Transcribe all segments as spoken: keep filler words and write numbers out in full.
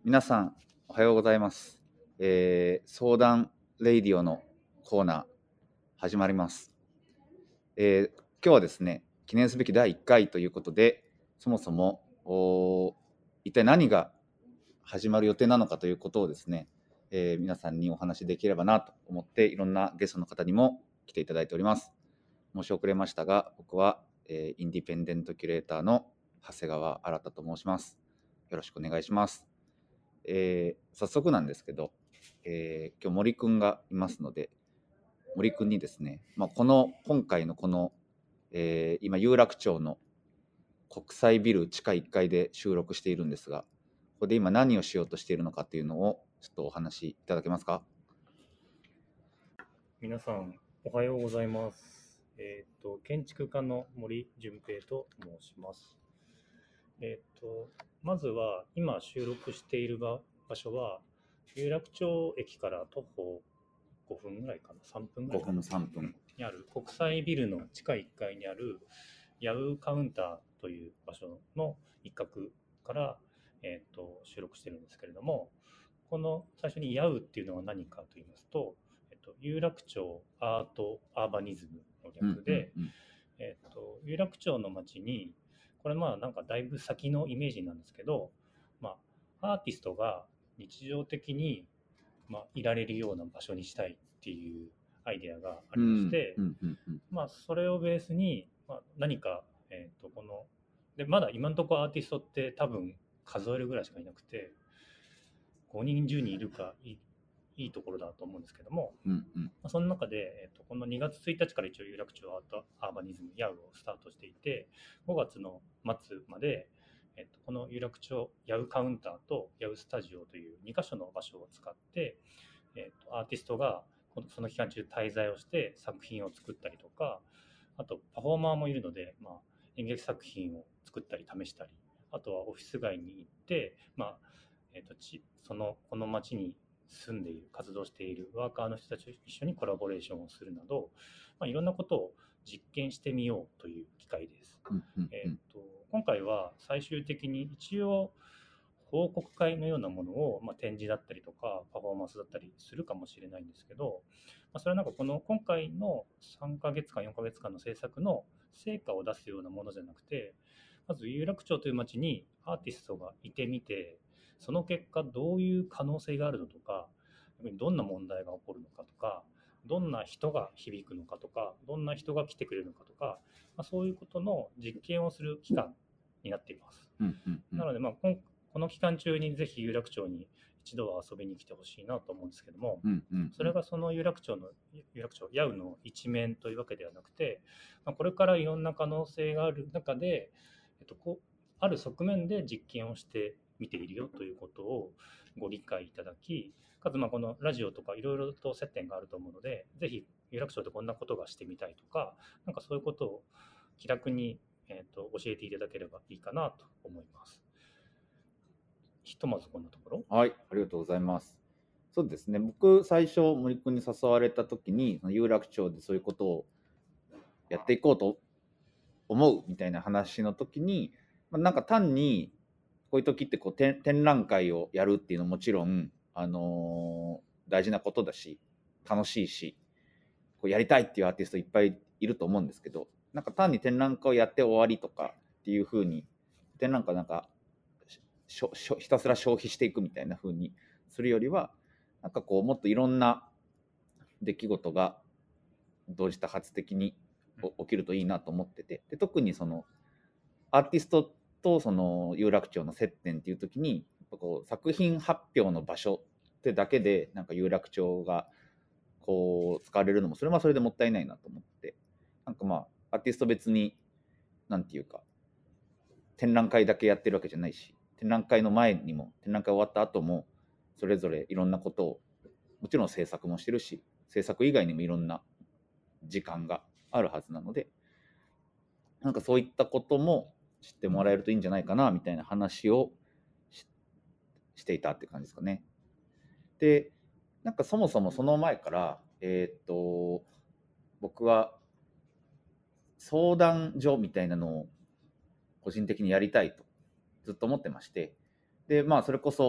皆さんおはようございます、えー、相談レイディオのコーナー始まります、えー、今日はですね記念すべきだいいっかいということで、そもそも一体何が始まる予定なのかということをですね、えー、皆さんにお話しできればなと思って、いろんなゲストの方にも来ていただいております。申し遅れましたが、僕は、えー、インディペンデントキュレーターの長谷川新と申します。よろしくお願いします。えー、早速なんですけど、えー、今日森くんがいますので、森くんにですね、まあ、この今回のこの、えー、今有楽町の国際ビル地下いっかいで収録しているんですが、ここで今何をしようとしているのかっていうのをちょっとお話しいただけますか。 皆さんおはようございます。えっ、ー、と建築家の森純平と申します。えっ、ー、とまずは今収録している場所は有楽町駅から徒歩ごふんぐらいかな、さんぷんぐらいかな、 ごふんさんぷんにある国際ビルの地下いっかいにあるヤウーカウンターという場所の一角から、えー、と収録してるんですけれども、この最初にヤウっていうのは何かと言いますと、えっと、有楽町アートアーバニズムの略で、 うんうんうんえっと、有楽町の街に、これまあなんかだいぶ先のイメージなんですけど、まあ、アーティストが日常的に、まあ、いられるような場所にしたいっていうアイデアがありまして、 うんうんうんまあ、それをベースに、まあ、何か、えー、とこのでまだ今のところアーティストって多分数えるぐらいしかいなくて、ごにんじゅうにんいるかいいいいところだと思うんですけども、 うんうんまあ、その中で、えー、とこのにがつついたちから一応有楽町アートアーバニズムヤウをスタートしていて、ごがつの末まで、えー、とこの有楽町ヤウカウンターとヤウスタジオというにかしょの場所を使って、えー、とアーティストがその期間中滞在をして作品を作ったりとか、あとパフォーマーもいるので、まあ、演劇作品を作ったり試したり、あとはオフィス街に行って、まあえー、とちそのこの街に住んでいる活動しているワーカーの人たちと一緒にコラボレーションをするなど、まあ、いろんなことを実験してみようという機会です。 うんうんえー、と今回は最終的に一応報告会のようなものを、まあ、展示だったりとかパフォーマンスだったりするかもしれないんですけど、まあ、それはなんかこの今回のさんかげつかんよんかげつかんの制作の成果を出すようなものじゃなくて、まず有楽町という街にアーティストがいてみて、その結果どういう可能性があるのとか、どんな問題が起こるのかとか、どんな人が響くのかとか、どんな人が来てくれるのかとか、まあ、そういうことの実験をする期間になっています。 うんうんうんなので、まあ、ここの期間中にぜひ有楽町に一度は遊びに来てほしいなと思うんですけども、 うんうんそれがその有楽町の有楽町ヤウの一面というわけではなくて、まあ、これからいろんな可能性がある中で、えっと、こうある側面で実験をしてみているよということをご理解いただき、かつまあこのラジオとかいろいろと接点があると思うので、ぜひ有楽町でこんなことがしてみたいとか、なんかそういうことを気楽に、えっと、教えていただければいいかなと思います。ひとまずこんなところ。 はい、ありがとうございます。そうですね、僕最初森くんに誘われた時に有楽町でそういうことをやっていこうと思うみたいな話の時に、まあ、なんか単にこういう時ってこう展展覧会をやるっていうのももちろん、あのー大事なことだし楽しいし、こうやりたいっていうアーティストいっぱいいると思うんですけど、なんか単に展覧会をやって終わりとかっていう風に、展覧会なんかしょしょひたすら消費していくみたいな風にするよりは、なんかこうもっといろんな出来事が同時多発的に起きるといいなと思ってて、で特にそのアーティストとその有楽町の接点っていう時に、こう作品発表の場所ってだけでなんか有楽町がこう使われるのもそれはそれでもったいないなと思って、なんかまあアーティスト別になんていうか展覧会だけやってるわけじゃないし、展覧会の前にも展覧会終わった後もそれぞれいろんなことを、もちろん制作もしてるし、制作以外にもいろんな時間があるはずなので、なんかそういったことも知ってもらえるといいんじゃないかなみたいな話を し, していたって感じですかね。で、なんかそもそもその前からえっ、と僕は相談所みたいなのを個人的にやりたいとずっと思ってまして、でまあそれこそこ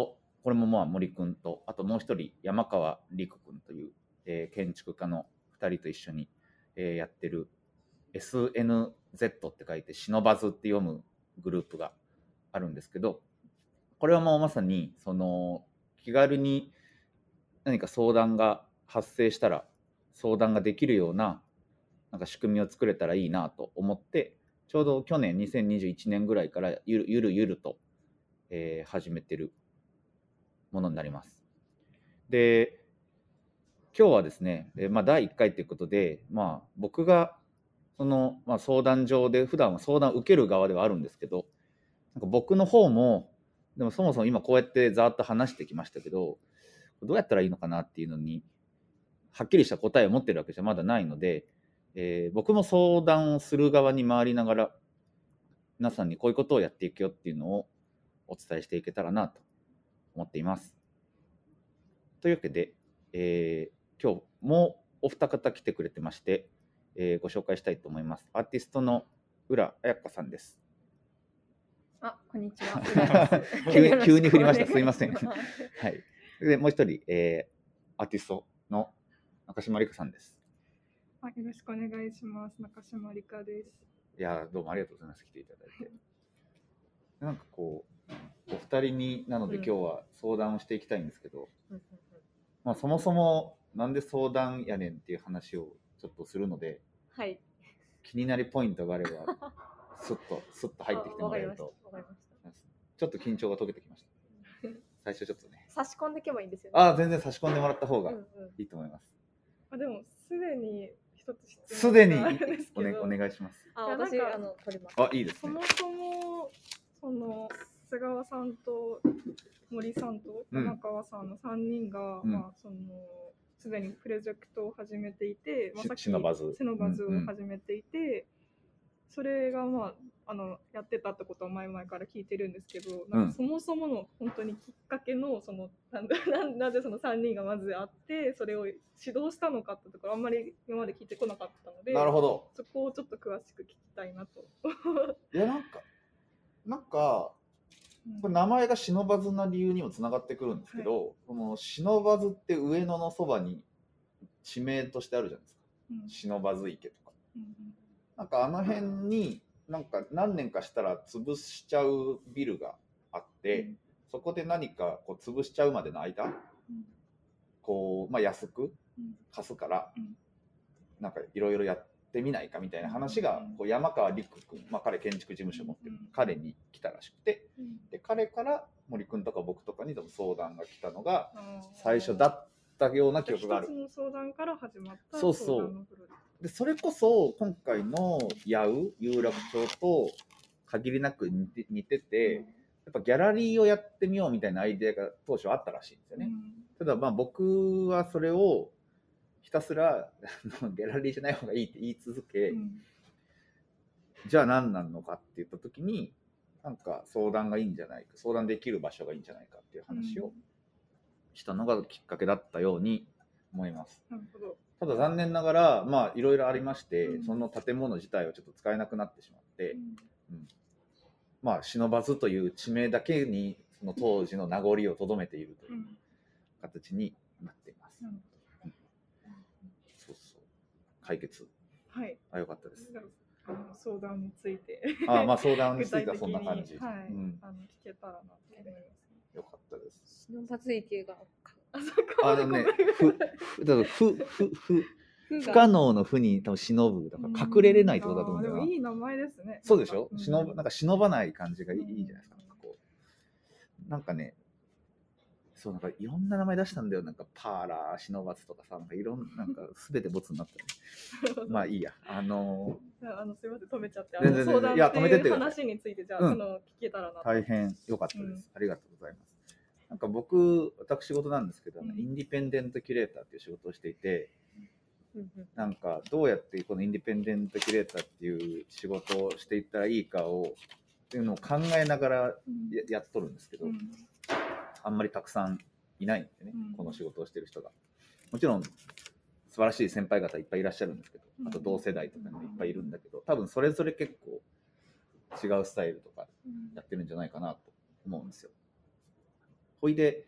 これもまあ森くんと、あともう一人山川陸くんという、えー建築家のふたりと一緒に、えーやってる エスエヌゼット って書いてシノバズって読むグループがあるんですけど、これはもうまさにその気軽に何か相談が発生したら相談ができるようななんか仕組みを作れたらいいなと思って、ちょうど去年にせんにじゅういちねんぐらいからゆるゆるゆると、えー始めてるものになります。で、今日はですね、えーまあ、だいいっかいということで、まあ、僕がその、まあ、相談上で普段は相談を受ける側ではあるんですけど、なんか僕の方もでもそもそも今こうやってざーっと話してきましたけど、どうやったらいいのかなっていうのにはっきりした答えを持ってるわけじゃまだないので、えー僕も相談をする側に回りながら皆さんにこういうことをやっていくよっていうのをお伝えしていけたらなと思っています。というわけで、えー今日もお二方来てくれてまして、えーご紹介したいと思います。アーティストの浦彩香さんです。 あ、こんにちは。浦です急に急に振りました。すいません。 よろしくお願いしますはい。でもう一人、えーアーティストの中島理香さんです。 あ、よろしくお願いします。中島理香です。 いやーどうもありがとうございます。来ていただいて。なんかこうお二人になのでうん今日は相談をしていきたいんですけど、 うんうんまあ、そもそもなんで相談やねんっていう話をちょっとするので、 はい。 気になりポイントがあればスッとスッと入ってきてもらえると、 あわかりました。わかりましちょっと緊張が解けてきました。最初ちょっとね。 た。差し込んでいけばいいんですよね。 ああ、全然差し込んでもらった方がうんうん。 いいと思います。 あ、でもすでに一つ質すでにがあるんですお,、ね、 けど、 お願いします。 あ、 いやなんか私あの取ります。 あ、いいですねそも。そもその菅川さんと森さんとうん山川さんのさんにんが、 うんまあそのすでにプロジェクトを始めていて、まあ、 しさっきシノバズシノバズうんうんを始めていて、それがまああのやってたってことは前々から聞いてるんですけど、なんかそもそもの本当にきっかけのそのなんだなんなぜそのさんにんがまず会ってそれを指導したのかってところあんまり今まで聞いてこなかったので、 なるほど。 そこをちょっと詳しく聞きたいなと。 いやなんかなんかこれ名前がシノバズな理由にもつながってくるんですけど、このシノバズって上野のそばに地名としてあるじゃないですか。 うんシノバズ池とか。 うんなんかあの辺になんか何年かしたら潰しちゃうビルがあって、 うんそこで何かこう潰しちゃうまでの間、 うんこうまあ安くうん貸すから、 うんなんかいろいろやってみないかみたいな話が、 うんこう山川陸君、まあ、彼建築事務所持ってる、 うん彼に来たらしくて、 うんで彼から森君とか僕とかに多分相談が来たのがあー最初だったような記憶がある一つ。の相談から始まったそうそう相談のプロジェクでそれこそ今回の八尾有楽町と限りなく似て似てて、やっぱギャラリーをやってみようみたいなアイデアが当初あったらしいんですよト。 ね。ただまあ僕はそれをひたすらあのギャラリーじゃない方がいいって言い続け、 うんじゃあ何なのかって言った時になんか相談がいいんじゃないか、相談できる場所がいいんじゃないかっていう話をしたのがきっかけだったように思います。 なるほど。 ただ残念ながらまあいろいろありまして、 うんその建物自体はちょっと使えなくなってしまって、 うんまあシノバズという地名だけにその当時の名残を留めているといううん形になっています。 なるそうそう。解決。 ほど。はい。 あ、よかったです。 あの相談についてあ、まあ相談につい具体的にてはそんな感じ。 はい、 うん、 あの聞けたらなと思います。 よかったです。 シノバズ池があそこあのね、ふ、ふ、だからふ、ふ、ふ、不可が能のふに多分忍ぶだから隠れれないってことだと思うんだよなあーでも。いい名前ですね。 そうでしょ、 なんか忍ぶなんか忍ばない感じがいい,、 うんいいじゃないですか。なんかこうなんかね、そうなんかいろんな名前出したんだよ。なんかパーラー、忍ばずとかさ、なんかいろんなんかすべてボツになったね。まあいいや。あのじゃああのすみません止めちゃって、あ全然全然の相談いや止めてってっていうください話についてじゃあ、 うんその聞けたらなと。 大変良かったです、 うんありがとうございます。なんか僕私事なんですけど、あのうんインディペンデントキュレーターっていう仕事をしていて、 うんうんなんかどうやってこのインディペンデントキュレーターっていう仕事をしていったらいいかをっていうのを考えながらうんややっとるんですけど、 うんあんまりたくさんいないんでね、 うんこの仕事をしてる人が。もちろん素晴らしい先輩方いっぱいいらっしゃるんですけど、あと同世代とかにもいっぱいいるんだけど、多分それぞれ結構違うスタイルとかうんやってるんじゃないかなと思うんですよ。ほいで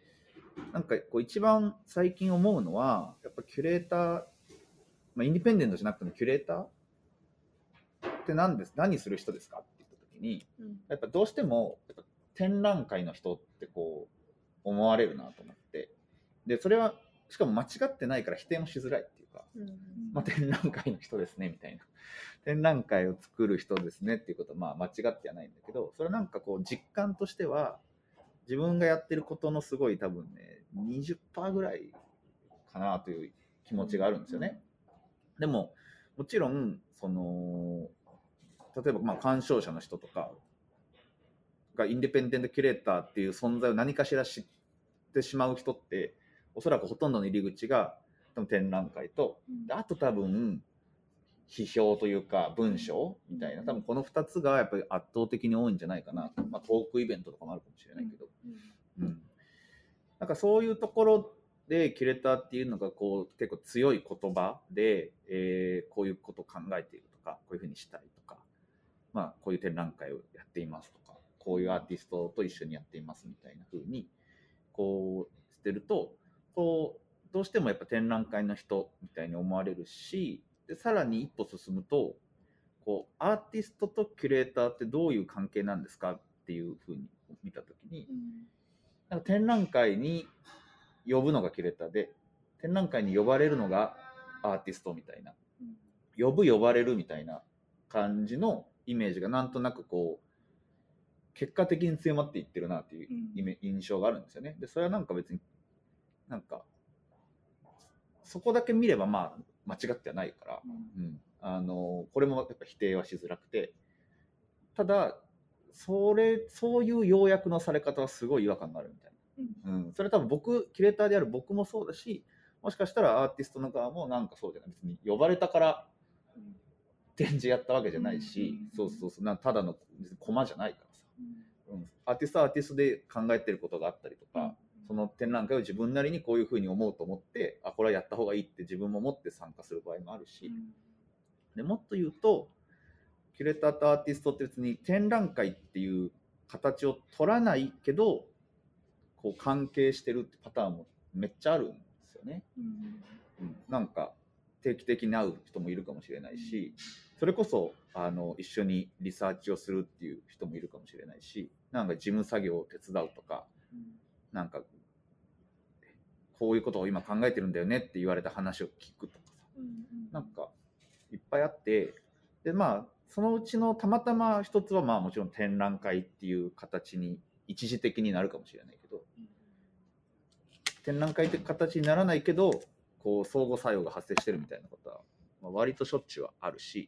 なんかこう一番最近思うのはやっぱキュレーター、まあ、インディペンデントじゃなくてもキュレーターって何です何する人ですかって言った時に、 うん、 やっぱどうしてもやっぱ展覧会の人ってこう思われるなと思って、でそれはしかも間違ってないから否定もしづらいっていうか、 うん、 まあ、展覧会の人ですねみたいな、展覧会を作る人ですねっていうことはまあ間違ってはないんだけど、それはなんかこう実感としては自分がやってることのすごい多分ね にじゅっパーセント ぐらいかなという気持ちがあるんですよね。でももちろんその例えばまあ鑑賞者の人とかがインディペンデントキュレーターっていう存在を何かしら知ってしまう人っておそらくほとんどの入り口が多分展覧会と、であと多分批評というか文章みたいな、多分このふたつがやっぱり圧倒的に多いんじゃないかな、まあ、トークイベントとかもあるかもしれないけど、うん、なんかそういうところでキュレーターっていうのがこう結構強い言葉で、えー、こういうことを考えているとか、こういうふうにしたいとか、まあ、こういう展覧会をやっていますとか、こういうアーティストと一緒にやっていますみたいな風にこうしてると、こうどうしてもやっぱ展覧会の人みたいに思われるし、でさらに一歩進むとこうアーティストとキュレーターってどういう関係なんですかっていう風に見たときに、なんか展覧会に呼ぶのがキュレーターで、展覧会に呼ばれるのがアーティストみたいな、呼ぶ呼ばれるみたいな感じのイメージがなんとなくこう結果的に強まっていってるなっていうイメ印象があるんですよね。でそれはなんか別になんかそこだけ見ればまあ間違ってはないから、うん、あのこれもやっぱ否定はしづらくて、ただそれそういう要約のされ方はすごい違和感があるみたいな、うんうん、それ多分僕キュレーターである僕もそうだし、もしかしたらアーティストの側もなんかそうじゃない、別に呼ばれたから展示やったわけじゃないし、そうそうそう、なんただのコマじゃないからさ、うん、アーティストはアーティストで考えてることがあったりとか、その展覧会を自分なりにこういうふうに思うと思って、あこれはやった方がいいって自分も思って参加する場合もあるし、でもっと言うとキュレーターとアーティストって別に展覧会っていう形を取らないけどこう関係してるってパターンもめっちゃあるんですよね、うん、なんか定期的に会う人もいるかもしれないし、それこそあの一緒にリサーチをするっていう人もいるかもしれないし、なんか事務作業を手伝うとか、なんかこういうことを今考えてるんだよねって言われた話を聞くとかさ、なんかいっぱいあって、でまあそのうちのたまたま一つはまあもちろん展覧会っていう形に一時的になるかもしれないけど、展覧会って形にならないけどこう相互作用が発生してるみたいなことは、まあ、割としょっちゅうはあるし、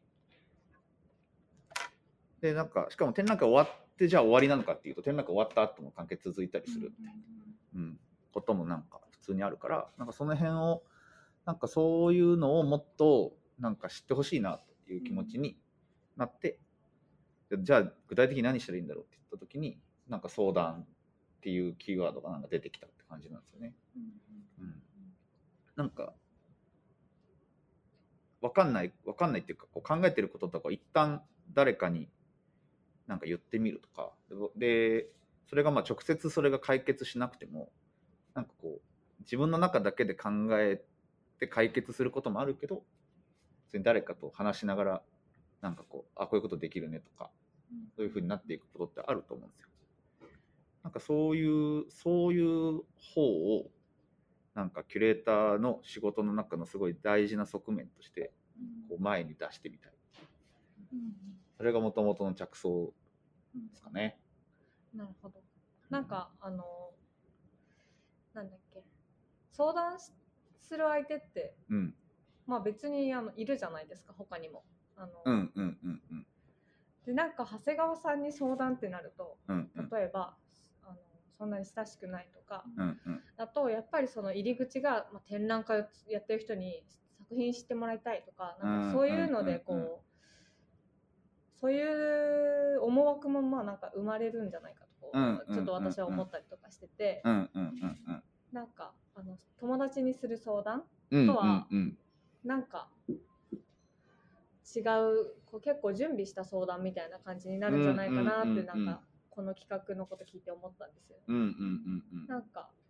でなんかしかも展覧会終わってじゃあ終わりなのかっていうと、展覧会終わった後も関係続いたりするみたいな、うん、こともなんか普通にあるから、なんかその辺をなんかそういうのをもっとなんか知ってほしいなという気持ちになって、うん、じゃあ具体的に何したらいいんだろうって言った時に、なんか相談っていうキーワードがなんか出てきたって感じなんですよね。うんうん、なんか分かんない分かんないっていうか、こう考えてることとかを一旦誰かになんか言ってみるとかで、それがまあ直接それが解決しなくても、なんかこう自分の中だけで考えて解決することもあるけど、それに誰かと話しながらなんかこうあこういうことできるねとか、そういう風になっていくことってあると思うんですよ。なんかそういうそういう方をなんかキュレーターの仕事の中のすごい大事な側面としてこう前に出してみたい。それがもともとの着想ですかね。 なるほど。なんかあのなんだっけ、相談する相手って、うん、まあ別にあのいるじゃないですか、他にも。あのうんうんうんうん。でなんか長谷川さんに相談ってなると、うんうん、例えばあのそんなに親しくないとか、うんうん、だとやっぱりその入り口が、まあ、展覧会をやってる人に作品知ってもらいたいとか、なんかそういうのでこう、うんうんうんうん、そういう思惑もまあなんか生まれるんじゃないかと、うんうんうんうん、ちょっと私は思ったりとかしてて、うんうんうんうん、なんかあの友達にする相談とは、うんうんうん、なんか違う、こう結構準備した相談みたいな感じになるんじゃないかなって、なんかこの企画のこと聞いて思ったんですよ。うんうんうんうん、なんか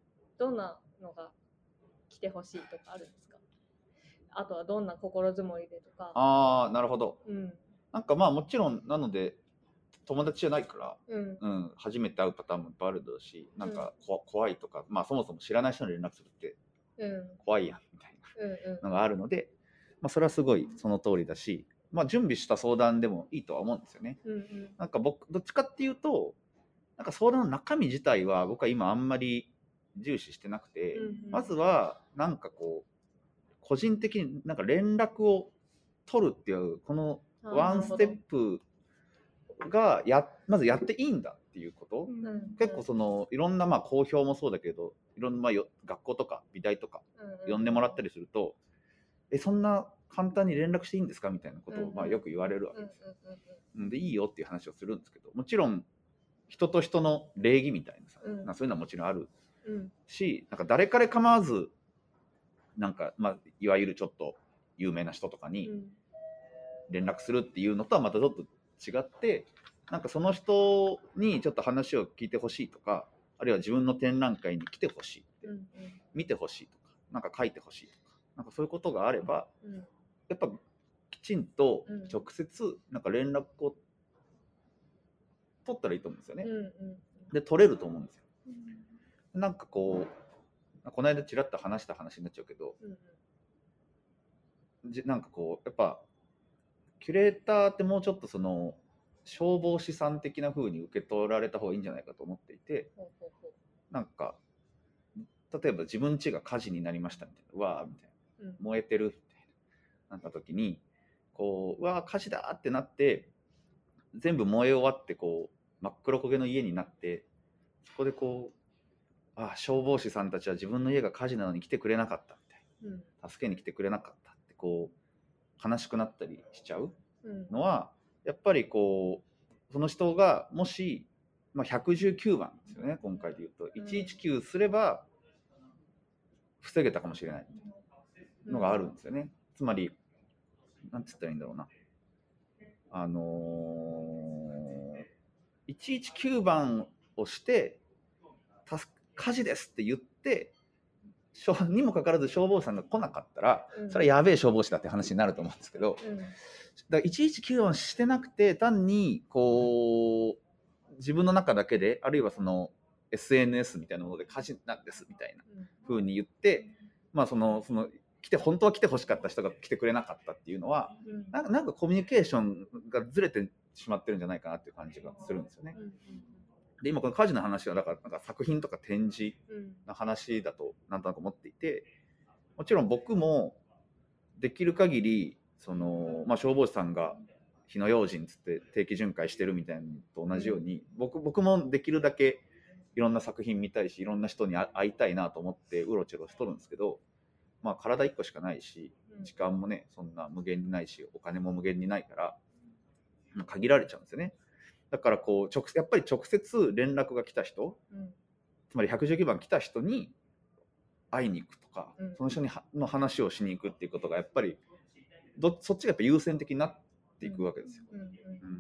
どんなのが来てほしいとかあるんですか？あとはどんな心づもりでとか。 ああ、なるほど。 うん、 なんかまあもちろんなので友達じゃないから、 うんうん、初めて会うパターンもいっぱいあるだろうし、なんかこ、うん、怖いとか、まあそもそも知らない人に連絡するって怖いやんみたいなのがあるので、まあそれはすごいその通りだし、まあ準備した相談でもいいとは思うんですよね。 うんうん、 なんか僕どっちかっていうと、なんか相談の中身自体は僕は今あんまり重視してなくて、うんうん、まずはなんかこう個人的になんか連絡を取るっていうこのワンステップがやまずやっていいんだっていうこと、うん、結構そのいろんなまあ公表もそうだけどいろんなまあよ学校とか美大とか呼んでもらったりすると、うん、えそんな簡単に連絡していいんですかみたいなことをまあよく言われるわけですよ、うん、でいいよっていう話をするんですけど、もちろん人と人の礼儀みたいなさ、うん、なそういうのはもちろんあるし、なんか誰彼構わずなんか、まあ、いわゆるちょっと有名な人とかに連絡するっていうのとはまたちょっと違って、なんかその人にちょっと話を聞いてほしいとか、あるいは自分の展覧会に来てほしいって、うんうん、見てほしいとか、なんか書いてほしいとか、なんかそういうことがあれば、うん、やっぱきちんと直接なんか連絡を取ったらいいと思うんですよね、うんうん、で取れると思うんですよ、うん、なんかこうこの間ちらっと話した話になっちゃうけど、うんうん、じなんかこうやっぱキュレーターってもうちょっとその消防士さん的な風に受け取られた方がいいんじゃないかと思っていて、なんか例えば自分家が火事になりましたみたいな、うわーみたいな、うん、燃えてるみたいななった時にこううわー火事だってなって全部燃え終わってこう真っ黒焦げの家になって、そこでこうあ消防士さんたちは自分の家が火事なのに来てくれなかったみたいな、うん、助けに来てくれなかったってこう悲しくなったりしちゃうのは、うん、やっぱりこうその人がもし、まあ、ひゃくじゅうきゅうばんですよね今回で言うと、いちいちきゅうすれば防げたかもしれないのがあるんですよね、うん、つまりなんて言ったらいいんだろうな、あのー、いちいちきゅうばんをして火事ですって言ってにもかかわらず消防士さんが来なかったら、うん、それはやべえ消防士だって話になると思うんですけど、うん、だからいちいちきゅうばんしてなくて単にこう自分の中だけで、あるいはその エスエヌエス みたいなもので火事なんですみたいな風に言って、うん、まあそのその来て本当は来てほしかった人が来てくれなかったっていうのは、うん、なんかなんかコミュニケーションがずれてしまってるんじゃないかなっていう感じがするんですよね。うんうん、で今この火事の話はだからなんか作品とか展示の話だとなんとなく思っていて、もちろん僕もできる限りその、まあ、消防士さんが火の用心つって定期巡回してるみたいなのと同じように、僕僕もできるだけいろんな作品見たいしいろんな人に会いたいなと思ってうろちょろしとるんですけど、まあ、体いっこしかないし時間もねそんな無限にないしお金も無限にないから限られちゃうんですよね。だからこう直やっぱり直接連絡が来た人、うん、つまりひゃくじゅうきゅうばん来た人に会いに行くとか、うん、その人にの話をしに行くっていうことがやっぱりどそっちがやっぱ優先的になっていくわけですよ、うんうんうん、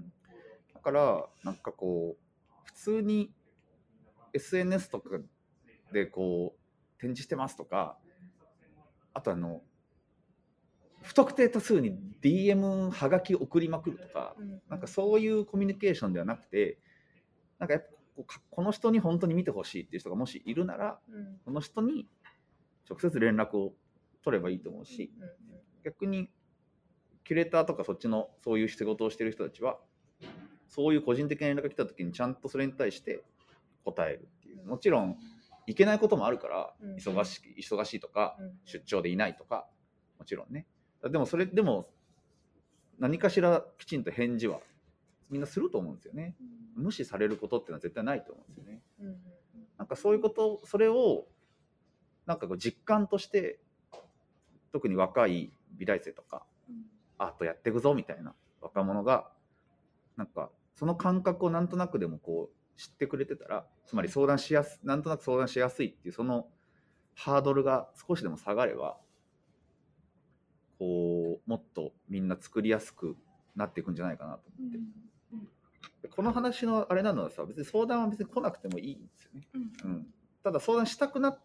だからなんかこう普通に エスエヌエス とかでこう展示してますとか、あとあの不特定多数に ディーエム はがき送りまくるとか、うん、なんかそういうコミュニケーションではなくて、なんかやっぱこの人に本当に見てほしいっていう人がもしいるなら、うん、その人に直接連絡を取ればいいと思うし、うん、逆にキュレーターとかそっちのそういう仕事をしている人たちはそういう個人的な連絡が来た時にちゃんとそれに対して答えるっていう、もちろんいけないこともあるから、うん、忙しい忙しいとか、うん、出張でいないとかもちろんね、でもそれでも何かしらきちんと返事はみんなすると思うんですよね、うん、無視されることっていうのは絶対ないと思うんですよね、うん、なんかそういうことそれをなんかこう実感として特に若い美大生とか、うん、アートやっていくぞみたいな若者がなんかその感覚をなんとなくでもこう知ってくれてたら、つまり相談しやすなんとなく相談しやすいっていうそのハードルが少しでも下がればこうもっとみんな作りやすくなっていくんじゃないかなと思って、うんうん、この話のあれなのはさ、別に相談は別に来なくてもいいんですよね、うんうん、ただ相談したくなっ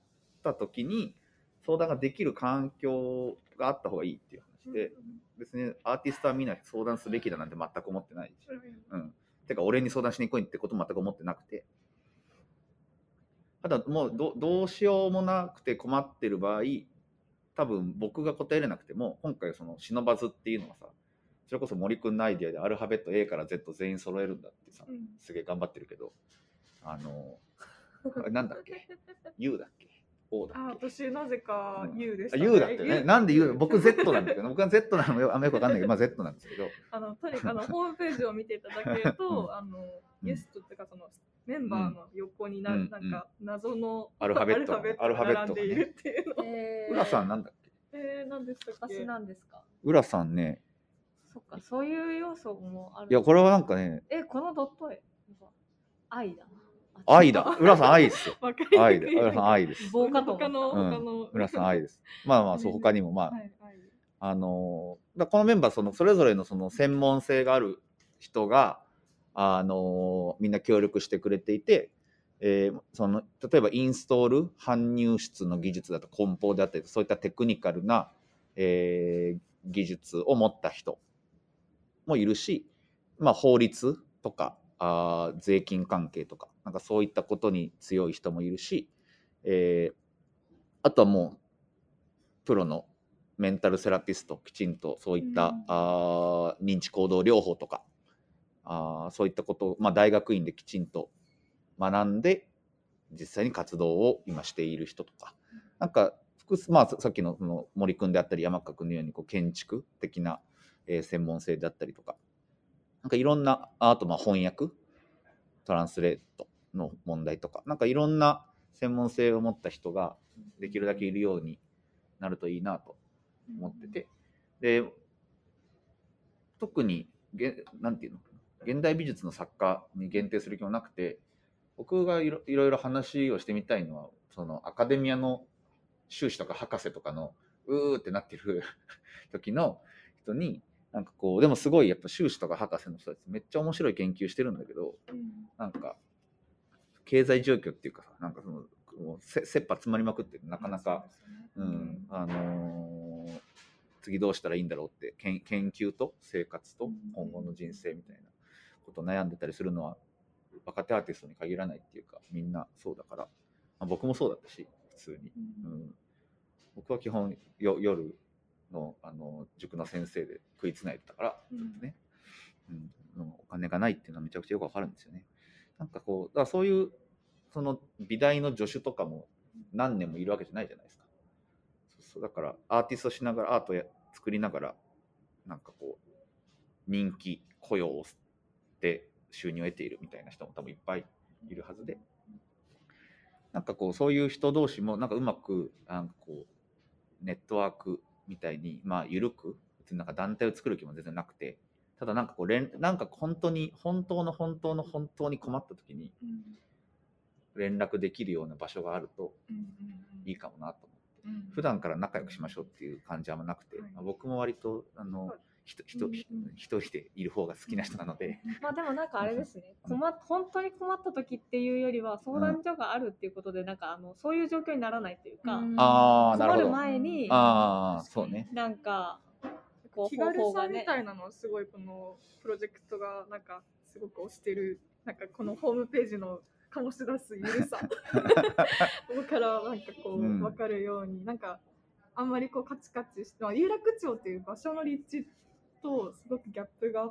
った時に相談ができる環境があった方がいいっていう話で、別にアーティストはみんな相談すべきだなんて全く思ってないし、うん、てか俺に相談しに来いってことも全く思ってなくて、ただもう ど, どうしようもなくて困ってる場合、多分僕が答えれなくても、今回そのシノバズっていうのはさ、それこそ森くんのアイディアでアルファベット A から Z 全員揃えるんだってさ、すげえ頑張ってるけど、あのなんだっけ U だっけ O だっけ。 あ、私なぜか U でした、 ね。うん、U だってね。なんで U？ 僕 Z なんだけど、僕は Z なのよ、あんまよくわかんないけど、まあ Z なんですけど。 あのとにかくあのホームページを見ていただけると、うん、あのゲストっていうかそのメンバーの横にな、うん、なんか謎のアルファベットが並んでいるっていうの。 えー、浦さんなんだっけ？ えー、何でしたっけ？ 私なんですか？ 浦さんね。 そっか、そういう要素もある。 いや、これはなんかね。 え、このドット絵。愛だ。 愛だ。浦さん愛ですよ。愛で。浦さん愛です。 棒かと他の、他の、 うん、浦さん愛です。まあまあ、そう、他にもまあ、はい、あのー、だこのメンバー、その、それぞれのその専門性がある人が、あのー、みんな協力してくれていて、えー、その、例えばインストール、搬入室の技術だと梱包であったり、そういったテクニカルな、えー、技術を持った人もいるし、まあ、法律とか、あ税金関係とか、なんかそういったことに強い人もいるし、えー、あとはもうプロのメンタルセラピスト、きちんとそういった、うん、あ認知行動療法とか、あそういったことを、まあ、大学院できちんと学んで実際に活動を今している人とか、なんか複数、まあ、さっきのその森くんであったり山川くんのようにこう建築的な、えー、専門性であったりとか、なんかいろんな、あとまあ翻訳、トランスレートの問題とか、なんかいろんな専門性を持った人ができるだけいるようになるといいなと思ってて、で、特になんていうの、現代美術の作家に限定する気もなくて、僕がいろいろ話をしてみたいのは、そのアカデミアの修士とか博士とかのうーってなってる時の人に、なんかこう、でもすごいやっぱ修士とか博士の人たちめっちゃ面白い研究してるんだけど、うん、なんか経済状況っていうかさ、なんかそのもうせ切羽詰まりまくってなかなか、うん、あのー、次どうしたらいいんだろうって研究と生活と今後の人生みたいなことを悩んでたりするのは若手アーティストに限らないっていうか、みんなそうだから、まあ、僕もそうだったし普通に、うん、僕は基本よ夜の, あの塾の先生で食いつないでたからね、うんうん、お金がないっていうのはめちゃくちゃよくわかるんですよね。なんかこう、だからそういうその美大の助手とかも何年もいるわけじゃないじゃないですか。そうそう、だからアーティストしながらアートや作りながら、なんかこう人気雇用をで収入を得ているみたいな人も多分いっぱいいるはずで、なんかこうそういう人同士もなんかうまくなんかこうネットワークみたいにまあ緩く、別になんか団体を作る気も全然なくて、ただなんかこう連なんか本当に本当の本当の本当に困った時に連絡できるような場所があるといいかもなと思って、うんうんうん、普段から仲良くしましょうっていう感じはあんまなくて、はい、まあ、僕も割とあの一人でいる方が好きな人なので、 まあでもなんかあれですね、困っ本当に困った時っていうよりは相談所があるっていうことで、なんかあのそういう状況にならないというか、うん、あ困る前に、 あそうね、 なんかこう気軽さみたいなのはすごい、このプロジェクトがなんかすごく推してる、なんかこのホームページの醸し出すゆるさからなんかこう分かるように、うん、なんかあんまりこうカチカチして、有楽町っていう場所の立地とすごくギャップがあって、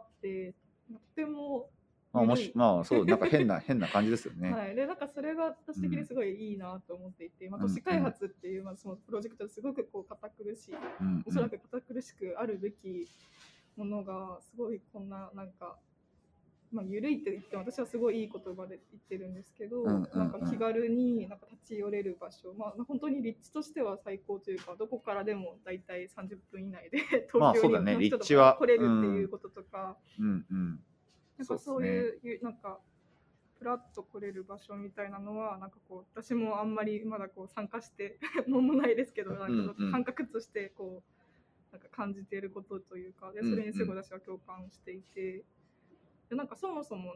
とてもまあ、もしまあそうなんか変な変な感じですよね。 はい、でなんかそれが私的にすごいいいなと思っていて、うん、まあ、都市開発っていう、まあ、そのプロジェクトですごくこう堅苦しい、うんうん、おそらく堅苦しくあるべきものがすごいこんななんか、まあ、緩いって言っても私はすごいいい言葉で言ってるんですけど、うんうんうん、なんか気軽になんか立ち寄れる場所、まあ、本当に立地としては最高というか、どこからでもだいたいさんじゅっぷん以内で東京に人とか来れるっていうこととか、 うんうん、 なんかそういう、なんかプラッと来れる場所みたいなのは、なんかこう私もあんまりまだこう参加してももないですけど、なんか感覚としてこうなんか感じていることというか、でそれにすごい私は共感していて、でなんかそもそもなんか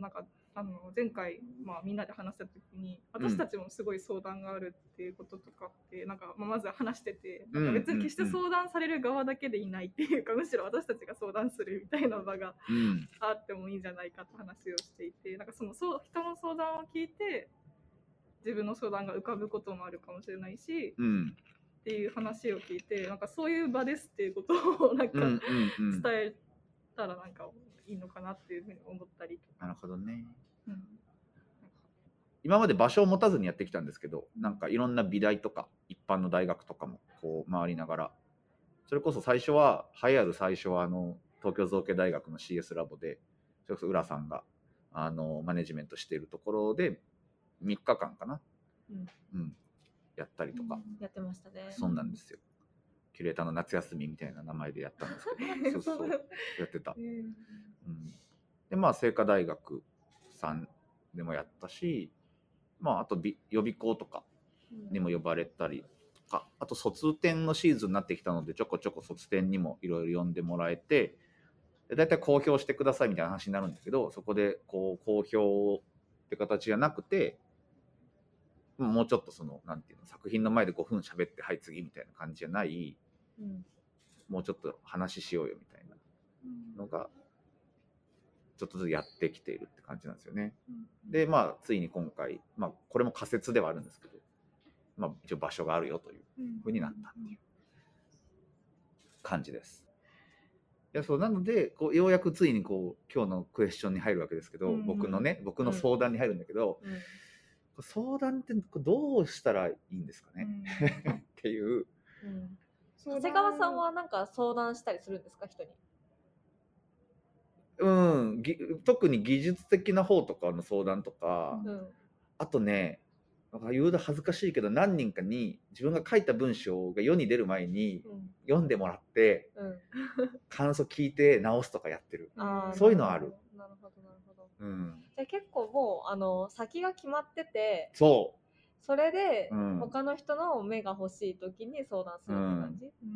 あの前回、まあ、みんなで話した時に私たちもすごい相談があるっていうこととかって、うん、なんか、まあ、まず話してて、なんか別に決して相談される側だけでいないっていうか、むしろ私たちが相談するみたいな場があってもいいんじゃないかって話をしていて、なんかそのそう人の相談を聞いて自分の相談が浮かぶこともあるかもしれないし、うん、っていう話を聞いて、なんかそういう場ですっていうことをなんか伝えたらなんかいいのかなっていうふうに思ったりとか。 なるほどね。うん、今まで場所を持たずにやってきたんですけど、なんかいろんな美大とか一般の大学とかもこう回りながら、それこそ最初は栄えある最初はあの東京造形大学の シーエス ラボで、それこそ浦さんがあのマネジメントしているところでみっかかんかな、うんうん、やったりとか、うん、 やってましたね。 そうなんですよ。キュレーターの夏休みみたいな名前でやったんですけどそうそうやってた、うん、でまあ清華大学さんでもやったし、まああと予備校とかにも呼ばれたりとか、あと卒展のシーズンになってきたのでちょこちょこ卒展にもいろいろ呼んでもらえて、でだいたい公表してくださいみたいな話になるんだけど、そこでこう公表って形じゃなくて、もうちょっとそのなんていうの、作品の前でごふん喋ってはい次みたいな感じじゃない、うん、もうちょっと話しようよみたいなのがちょっとずつやってきているって感じなんですよね。うん、でまあついに今回、まあ、これも仮説ではあるんですけど、まあ、一応場所があるよというふうになったっていう感じです。いやそうなのでこうようやくついにこう今日のクエスチョンに入るわけですけど、うん、僕のね僕の相談に入るんだけど、うんうん、相談ってどうしたらいいんですかね、うん、っていう、 うん、長谷川さんはなんか相談したりするんですか、人に。 うん、特に技術的な方とかの相談とか、うん、あとねなんか言うと恥ずかしいけど何人かに自分が書いた文章が世に出る前に読んでもらって、うん、感想聞いて直すとかやってる、うん、そういうのある。 なるほどなるほど、うん、じゃあ結構もうあの先が決まってて、 そうそれで他の人の目が欲しい時に相談するって感じ、うん、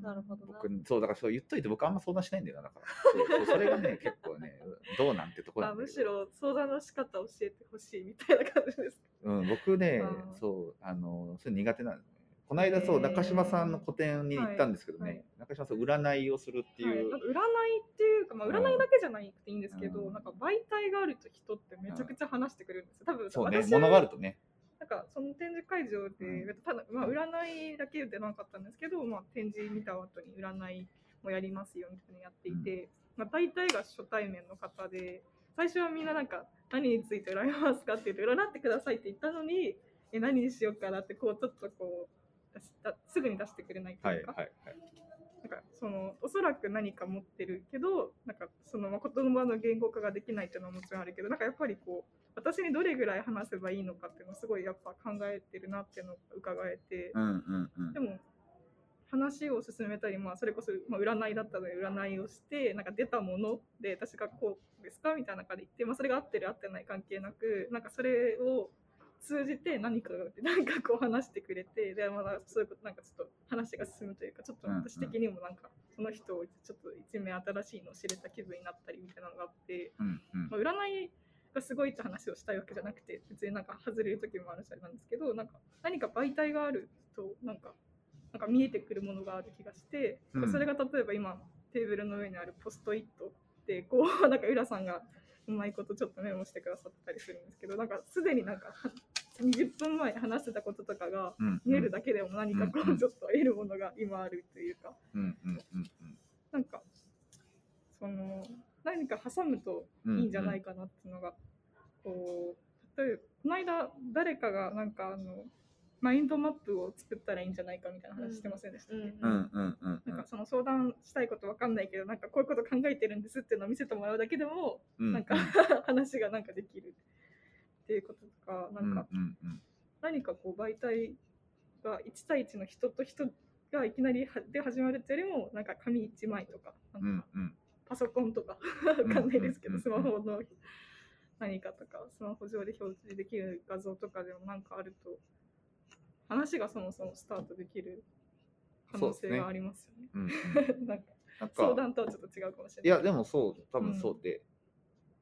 なるほどな。 僕そうだからそう言っといて僕あんま相談しないんだよな、だからそうそうそれがね結構ねどうなんてところなんだけど、 むしろ相談の仕方教えてほしいみたいな感じですか。 うん、僕ねそうあのそれ苦手なんですね。この間そう中島さんの個展に行ったんですけどね、はいはい、中島さん占いをするっていう、はい、 なんか占いっていうか、まあ、占いだけじゃなくていいんですけど、うん、なんか媒体があると人ってめちゃくちゃ話してくれるんですよ、多分。 そうね、物があるとね。 なんかその展示会場で、うん、ただ、まあ、占いだけでなかったんですけど、まあ、展示見た後に占いもやりますよみたいなのやっていて、うんまあ、大体が初対面の方で、最初はみんななんか何について占いますかって言って占ってくださいって言ったのに、え何にしようかなってこうちょっとこう出したすぐに出してくれないというか、はいはいはい、なんかそのおそらく何か持ってるけど、なんかその言葉の言語化ができないっていうのはもちろんあるけど、なんかやっぱりこう私にどれぐらい話せばいいのかっていうのをすごいやっぱ考えてるなっていうのを伺えて、うんうんうん、でも話を進めたり、まあ、それこそ、まあ、占いだったので占いをして、なんか出たもので私がこうですかみたいな中で言って、まあ、それが合ってる合ってない関係なく、なんかそれを通じて何かなんかこう話してくれて、でまだそういうことなんかちょっと話が進むというか、ちょっと私的にもなんかその人をちょっと一面新しいのを知れた気分になったりみたいなのがあって、うんうんまあ、占いがすごいって話をしたいわけじゃなくて、別になんか外れる時もあるしあれなんですけど、なんか何か媒体があるとなんかなんか見えてくるものがある気がして、うん、それが例えば今テーブルの上にあるポストイットでこうなんか浦さんがうまいことちょっとメモしてくださったりするんですけど、なんかすでになんかにじゅっぷんまえに話してたこととかが見えるだけでも何かこうちょっと得るものが今あるというか、なんかその何か挟むといいんじゃないかなっていうのが、こう例えばこの間誰かがなんかあのマインドマップを作ったらいいんじゃないかみたいな話してませんでしたっけ。なんかその相談したいことわかんないけど、なんかこういうこと考えてるんですっていうのを見せてもらうだけでも、うん、なんか話がなんかできるっていうこととか、なんか何かこう媒体がいち対いちの人と人がいきなりで始まるっていうよりも、なんか紙いちまいとか、なんかパソコンとかわかんないですけど、スマホの何かとかスマホ上で表示できる画像とかでもなんかあると、話がそもそもスタートできる可能性がありますよね。うんうん、なんか相談とはちょっと違うかもしれない。 いやでもそう多分そうで、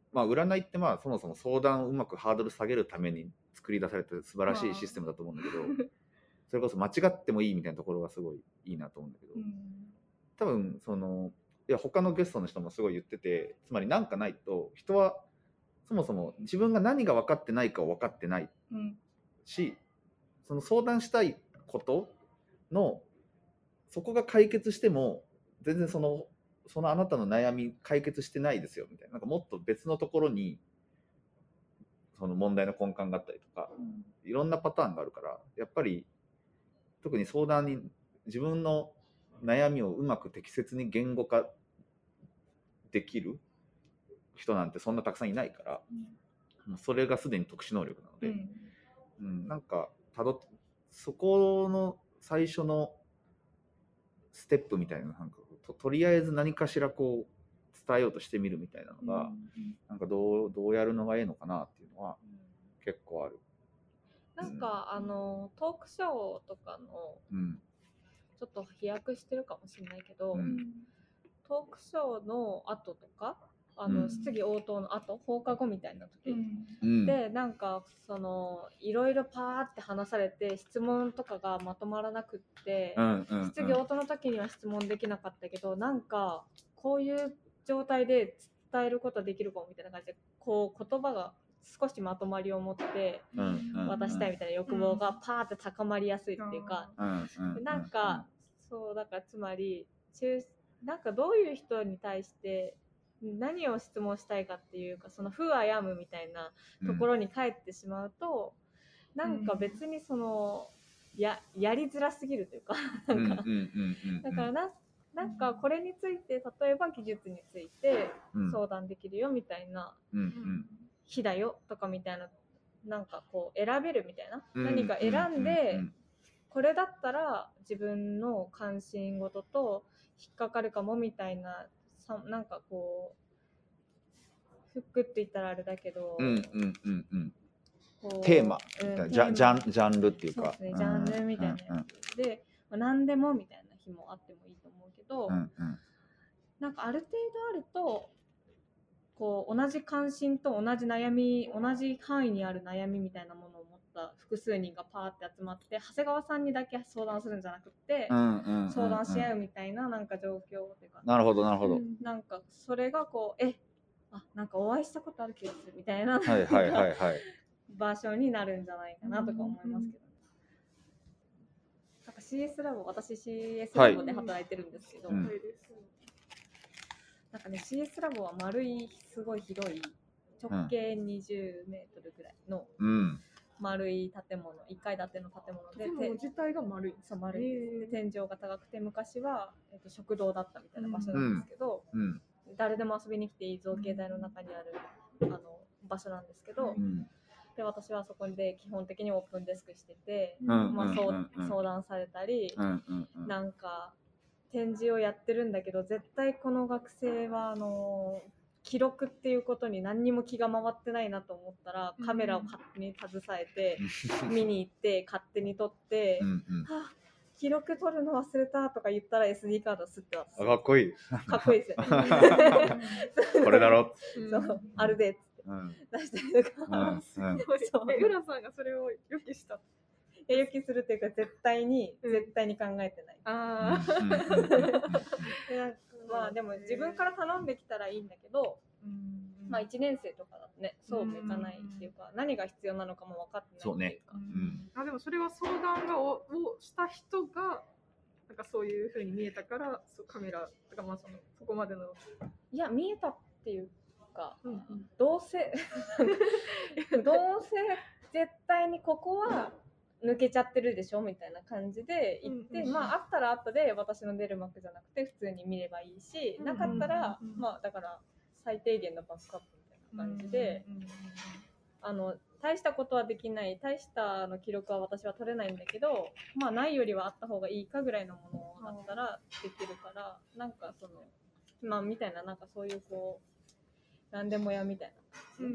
まあ占いってまあそもそも相談をうまくハードル下げるために作り出された素晴らしいシステムだと思うんだけど、それこそ間違ってもいいみたいなところがすごいいいなと思うんだけど、 うん多分そのいや他のゲストの人もすごい言ってて、つまり何かないと人はそもそも自分が何が分かってないかを分かってないうんし、その相談したいことのそこが解決しても全然そのそのあなたの悩み解決してないですよみたいな、なんかもっと別のところにその問題の根幹があったりとか、いろんなパターンがあるから、やっぱり特に相談に自分の悩みをうまく適切に言語化できる人なんてそんなたくさんいないから、もうそれがすでに特殊能力なので、 うんうん、なんかたどそこの最初のステップみたいな、なんか と, とりあえず何かしらこう伝えようとしてみるみたいなのが、なんかどうどうやるのがいいのかなっていうのは結構ある。 なんか、うん、あのトークショーとかの、うん、ちょっと飛躍してるかもしれないけど、うん、トークショーの後とかあの、うん、質疑応答の後放課後みたいな時、うん、でなんかそのいろいろパーって話されて質問とかがまとまらなくって、うんうんうん、質疑応答の時には質問できなかったけど、なんかこういう状態で伝えることできるかもみたいな感じで、こう言葉が少しまとまりを持って渡したいみたいな欲望がパーって高まりやすいっていうか、でなんかそうだからつまり中なんかどういう人に対して何を質問したいかっていうか、その Who I am みたいなところに帰ってしまうと、うん、なんか別にその や, やりづらすぎるというかなんかだからななんかこれについて例えば技術について相談できるよみたいな、うん、日だよとかみたいな、なんかこう選べるみたいな、うん、何か選んで、うん、これだったら自分の関心事と引っかかるかもみたいな、なんかこうフックって言ったらあれだけど、うんうんうんうん、 テーマ、うん、ジャジャンジャンルっていうか、 そうですね、ジャンルみたいなやつ、うんうん、で、まあ、何でもみたいな日もあってもいいと思うけど、うんうん、なんかある程度あるとこう同じ関心と同じ悩み、同じ範囲にある悩みみたいなものを持った複数人がパーって集まって長谷川さんにだけ相談するんじゃなくて、うんうんうんうん、相談し合うみたいななんか状況っていうか、 なるほどなるほど、 なんかそれがこうえあなんかお会いしたことある気がするみたいな、 はいはいはいはい場所になるんじゃないかなとか思いますけど、ね、なんか シーエス ラボ、私 シーエス ラボで働いてるんですけど、はい、うん、なんかね シーエス ラボは丸いすごい広い直径にじゅうメートルぐらいの丸い建物、いっかい建ての建物で、 建物自体が丸い、 そう丸いです。で天井が高くて昔は、えー、と食堂だったみたいな場所なんですけど、うんうん、誰でも遊びに来ていい造形剤の中にあるあの場所なんですけど、うん、で私はそこで基本的にオープンデスクしてて、うん、まあ、そう、うん、相談されたり、うんうんうん、なんか展示をやってるんだけど絶対この学生はあの記録っていうことに何にも気が回ってないなと思ったらカメラを勝手に携えて見に行って勝手に撮って、うんうん、はあ、記録撮るの忘れたとか言ったら エスディー カードすってます。 かっこいい。 かっこいいですよね。 これだろ。 そう、あるでっつって、うん、出したりとか。うんうん、 そうえ、浦さんがそれを予期した。 予期するっていうか絶対に、うん、絶対に考えてない。あまあでも自分から頼んできたらいいんだけど、うん、まあいちねん生とかだとね、そうもいかないっていうか、うん、何が必要なのかも分かってないっていうか。 そうね。うん、あでもそれは相談がををした人がなんかそういう風に見えたからそうカメラとかまあそのそこまでのいや見えたっていうか、うんうん、どうせどうせ絶対にここは抜けちゃってるでしょみたいな感じで言って、うんうん、まああったら後で私の出る幕じゃなくて普通に見ればいいし、なかったら、うんうん、まあだから最低限のバックアップみたいな感じで、うんうん、あの大したことはできない、大したの記録は私は取れないんだけど、まあないよりはあった方がいいかぐらいのものだったらできるから、なんかそのまあみたいな、なんかそういうこう何でもやみたいな、うん、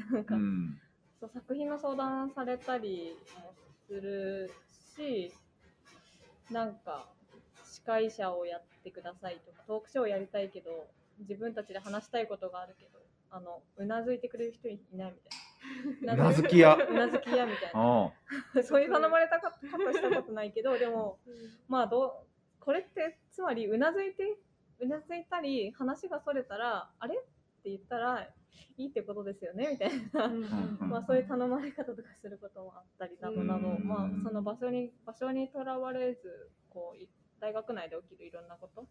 なんか、うん、そう作品の相談されたりもするし、なんか司会者をやってくださいとかトークショーをやりたいけど自分たちで話したいことがあるけどあのうなずいてくれる人いないみたいな。うなずき屋。 うなずき屋みたいな。そういう頼まれたかことしたことないけど、でもまあどうこれってつまりうなずいてうなずいたり話がそれたらあれって言ったらいいってことですよねみたいな、まあそういう頼まれ方とかすることもあったりなどなど、まあその場所に場所にとらわれずこう大学内で起きるいろんなことを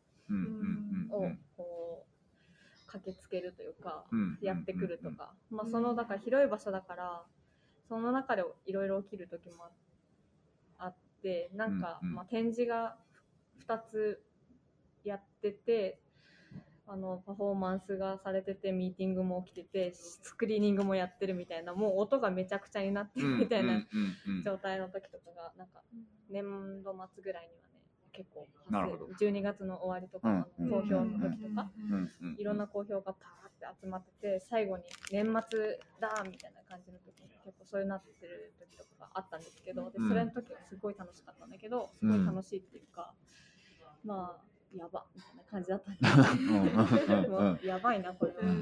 こう駆けつけるというかやってくるとか、まあそのだから広い場所だからその中でいろいろ起きる時もあって、なんかまあ展示がふたつやってて、あのパフォーマンスがされててミーティングも起きててスクリーニングもやってるみたいな、もう音がめちゃくちゃになってるみたいな状態の時とかがなんか年度末ぐらいにはね結構じゅうにがつの終わりとか公表の時とかいろんな公表がパーって集まってて、最後に年末だみたいな感じの時に結構そういうなってる時とかがあったんですけど、でそれの時はすごい楽しかったんだけど、すごい楽しいっていうか、まあやばみたいな感じだったんでもうやばいなこれは、うん、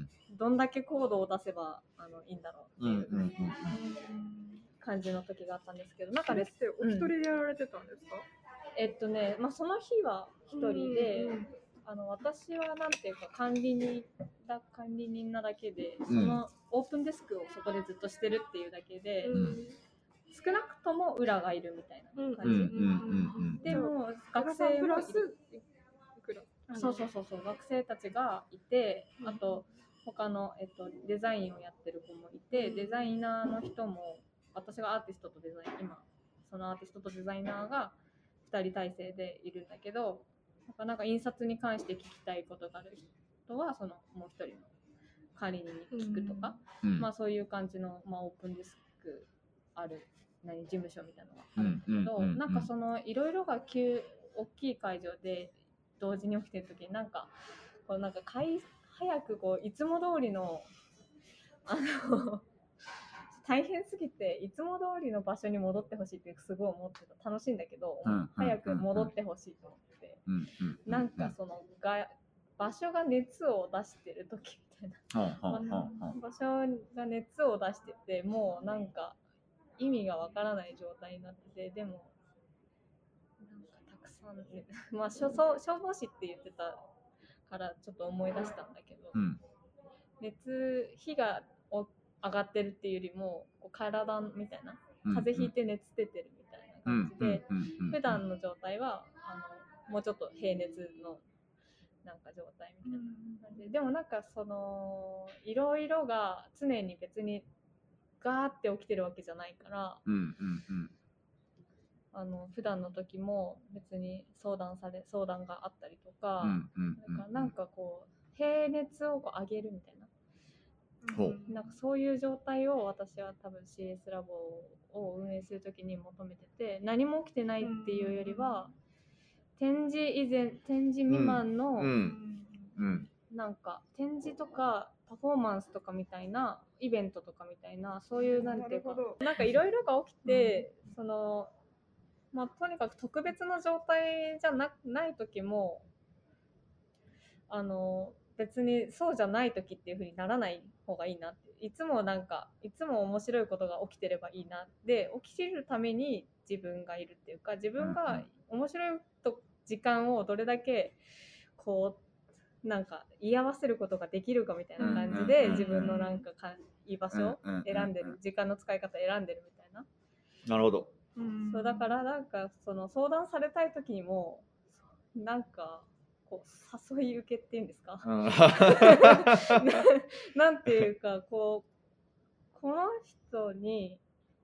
どんだけコードを出せばあのいいんだろうっていう感じの時があったんですけど、なんかねお一人でやられてたんですか？ うん、えっとね、まあ、その日は一人で、あの私はなんていうか管理人だ管理人なだけで、そのオープンデスクをそこでずっとしてるっていうだけで、うん、少なくとも裏がいるみたいな感じ、うん、でも学生もいる、そうそうそうそう、学生たちがいて、あと他の、えっと、デザインをやってる子もいて、デザイナーの人も、私がアーティストとデザイン、今そのアーティストとデザイナーがふたり体制でいるんだけど、なんか、なんか印刷に関して聞きたいことがある人はそのもう一人の管理人に聞くとか、うん、まあそういう感じの、まあ、オープンデスクある何事務所みたいなのがあるんだけど、うんうんうんうん、なんかそのいろいろが急大きい会場で同時に起きてる時になんかこうなんか早くこういつも通りのあの大変すぎていつも通りの場所に戻ってほしいってすごい思ってた。楽しいんだけど、うん、早く戻ってほしいと思って、うんうん、なんかそのが場所が熱を出してる時みたいな、うん、場所が熱を出しててもうなんか意味がわからない状態になってて、でもなんかたくさん、ね、まあ消防士って言ってたからちょっと思い出したんだけど、うん、熱火が上がってるっていうよりもこう体みたいな風邪ひいて熱出てるみたいな感じで、普段の状態はあのもうちょっと平熱のなんか状態みたいな感じで、でもなんかそのいろいろが常に別にガーって起きてるわけじゃないから、うんうんうん、あの普段の時も別に相談され相談があったりとか、うんうんうん、なんかなんかこう平熱をこう上げるみたいな、うん、なんかそういう状態を私は多分 シーエス ラボを運営する時に求めてて、何も起きてないっていうよりは、うん、展示以前展示未満の、うんうん、なんか展示とかパフォーマンスとかみたいなイベントとかみたいな、そういうなんていうかなんかいろいろが起きて、うん、そのまあとにかく特別な状態じゃ な, ない時もあの別にそうじゃない時っていう風にならない方がいいなって、いつもなんかいつも面白いことが起きてればいいなで、起きるために自分がいるっていうか、自分が面白いと時間をどれだけこうなんか居合わせることができるかみたいな感じで、自分のなんか居場所を選んでる、時間の使い方選んでるみたいな。 なるほど。 そうだからなんかその相談されたい時にもなんかこう誘い受けっていうんですか、うん、な, なんていうかこうこの人に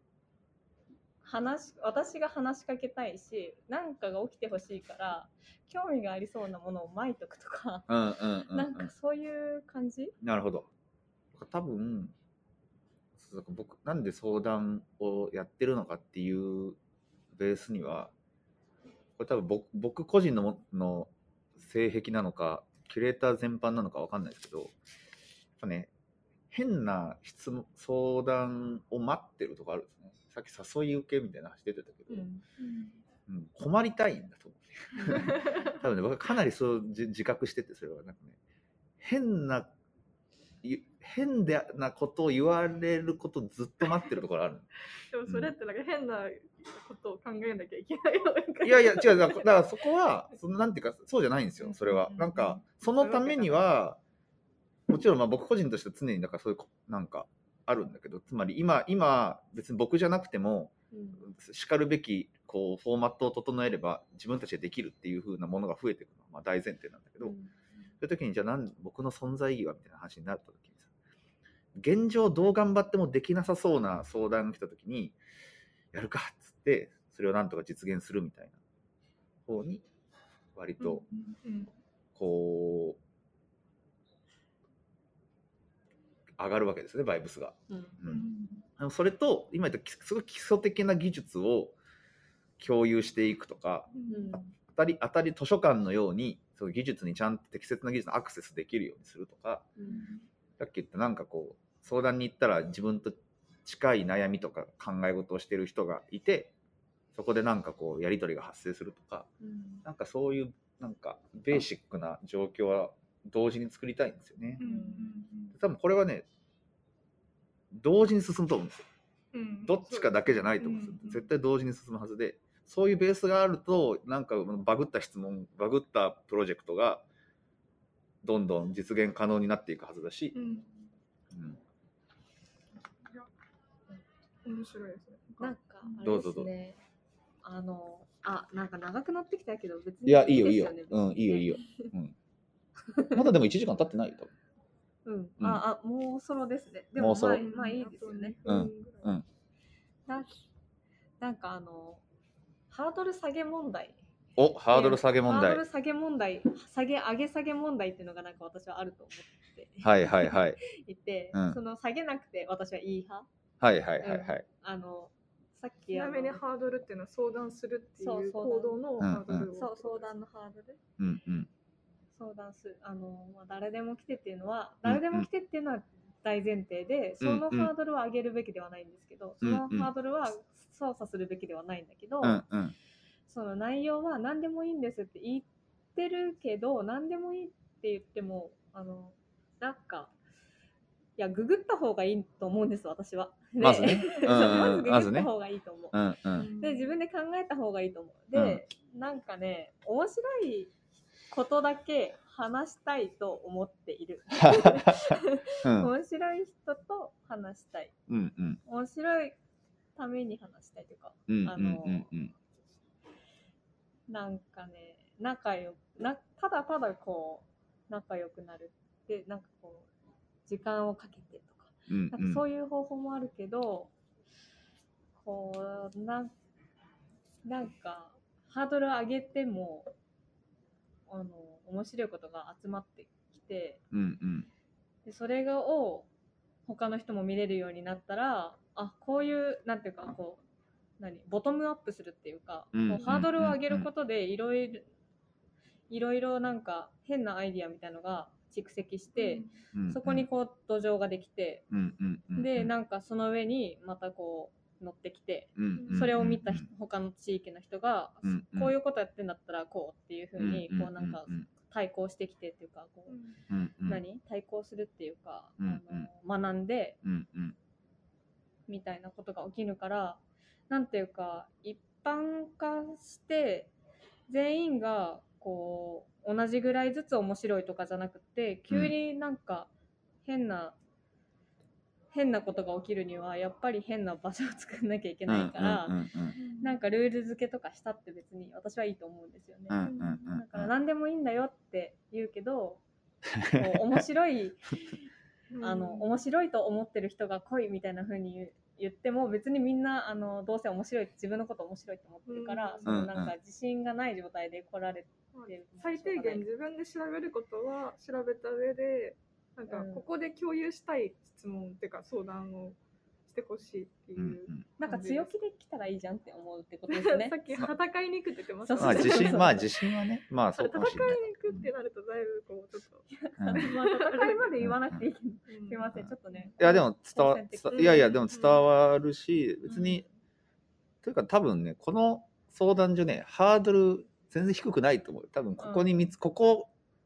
話私が話しかけたいし、何かが起きてほしいから興味がありそうなものをまいとくとか、うんうんうんうん、なんかそういう感じ。 なるほど。多分僕なんで相談をやってるのかっていうベースには、これ多分 僕, 僕個人 の, の性癖なのかキュレーター全般なのか分かんないですけど、やっぱね変な質問相談を待ってるとこあるんですね。さっき誘い受けみたいな話出てたけど、うんうん、困りたいんだと思う、ね、多分ね僕はかなりそう自覚してて、それはなんかね変な変なことを言われることをずっと待ってるところある。 でもそれってなんか変なことを考えなきゃいけないよ。 いやいや違う、だからそこはそのなんていうかそうじゃないんですよ。それはなんかそのためにはもちろんまあ僕個人としては常にだからそういうなんかあるんだけど、つまり今今別に僕じゃなくてもしかるべきこうフォーマットを整えれば自分たちでできるっていう風なものが増えていくのはまあ大前提なんだけど、うん、そういう時にじゃあなん僕の存在意義はみたいな話になった時にさ、現状どう頑張ってもできなさそうな相談が来た時にやるかっつってそれをなんとか実現するみたいな方に割とこう上がるわけですね、バイブスが、うんうん、それと今言ったすごい基礎的な技術を共有していくとか、うん、当たり当たり図書館のようにその技術にちゃんと適切な技術のアクセスできるようにするとか、うん、さっき言ったなんかこう相談に行ったら自分と近い悩みとか考え事をしてる人がいてそこでなんかこうやり取りが発生するとか、うん、なんかそういうなんかベーシックな状況は同時に作りたいんですよね、うん、多分これはね同時に進むと思うんですよ、うん、どっちかだけじゃないと思うんですよ、うん、絶対同時に進むはずで、そういうベースがあるとなんかバグった質問バグったプロジェクトがどんどん実現可能になっていくはずだし、うんうん、 面白いですね。 なんかあれですね。あのあなんか長くなってきたけど別にいやいいよいいよ、うんいいよいいよ、うん、まだでもいちじかん経ってないよ。 うん、うん、ああもうそろですね。でもまあまあいいですよね。 うんうん。 ななんかあのハードル下げ問題。 おハードル下げ問題。 ハードル下げ問題下げ上げ下げ問題っていうのがなんか私はあると思ってはいはいはいいて、うん、その下げなくて私はいい派。 はいはいはいはい。うん、 あのさっきちなみにハードルっていうのは相談するっていう行動のハードルを、 そう相談のハードル、 うんうん、 相談するあの、まあ、誰でも来てっていうのは誰でも来てっていうのは大前提で、うんうん、そのハードルを上げるべきではないんですけど、うんうん、そのハードルは操作するべきではないんだけど、 うんうん、 その内容は何でもいいんですって言ってるけど何でもいいって言ってもあのなんかいやググった方がいいと思うんです私は。 まずね、 うんうん、まずググった方がいいと思う、 うんうん、 で自分で考えた方がいいと思う。で、うん、なんかね面白いことだけ話したいと思っている、うん、面白い人と話したい、 うんうん、 面白いために話したいというか、 うんうんうんうん、 あのなんかね仲良くなただただこう仲良くなるってなんかこう時間をかけてとか、うんうん、なんかそういう方法もあるけどこう な, なんかハードル上げてもあの面白いことが集まってきて、 うんうん、 でそれを他の人も見れるようになったらあこういうなんていうかこう何ボトムアップするっていうか、うん、こうハードルを上げることでいろいろいろいろなんか変なアイディアみたいのが蓄積して、うん、そこにこう土壌ができて、 うんうん、 でなんかその上にまたこう乗ってきて、うん、それを見た他の地域の人が、うん、こういうことやってんだったらこうっていう風にこうなんか対抗してきてっていうかこう、うん、何対抗するっていうか、うん、あの学んで、うん、みたいなことが起きるからなんていうか一般化して全員がこう同じぐらいずつ面白いとかじゃなくて急になんか変な、うん、変なことが起きるにはやっぱり変な場所を作んなきゃいけないから、うんうんうんうん、なんかルール付けとかしたって別に私はいいと思うんですよね、うんうんうんうん、だから何でもいいんだよって言うけどこう面白いあの面白いと思ってる人が来いみたいな風に言う言っても別にみんなあのどうせ面白い自分のこと面白いと思ってるから、うん、そのなんか自信がない状態で来られてる、 うん、最低限自分で調べることは調べた上でなんかここで共有したい質問っていうか相談をしてほしいっていう、うんうん、 なんか強気で来たらいいじゃんって思うってことですねさっき戦いに行くって言ってましたね。 まあ自信まあ自信はねまあそうかもしれない。 戦いに行くってなるとだいぶこうちょっと、 うんまあ、戦いまで言わなくていい、うん、すみませんちょっとねいやでも伝わいやいやでも伝わるし、うん、別に、うん、というか多分ねこの相談所ねハードル全然低くないと思う。多分ここに見つ、うん、ここ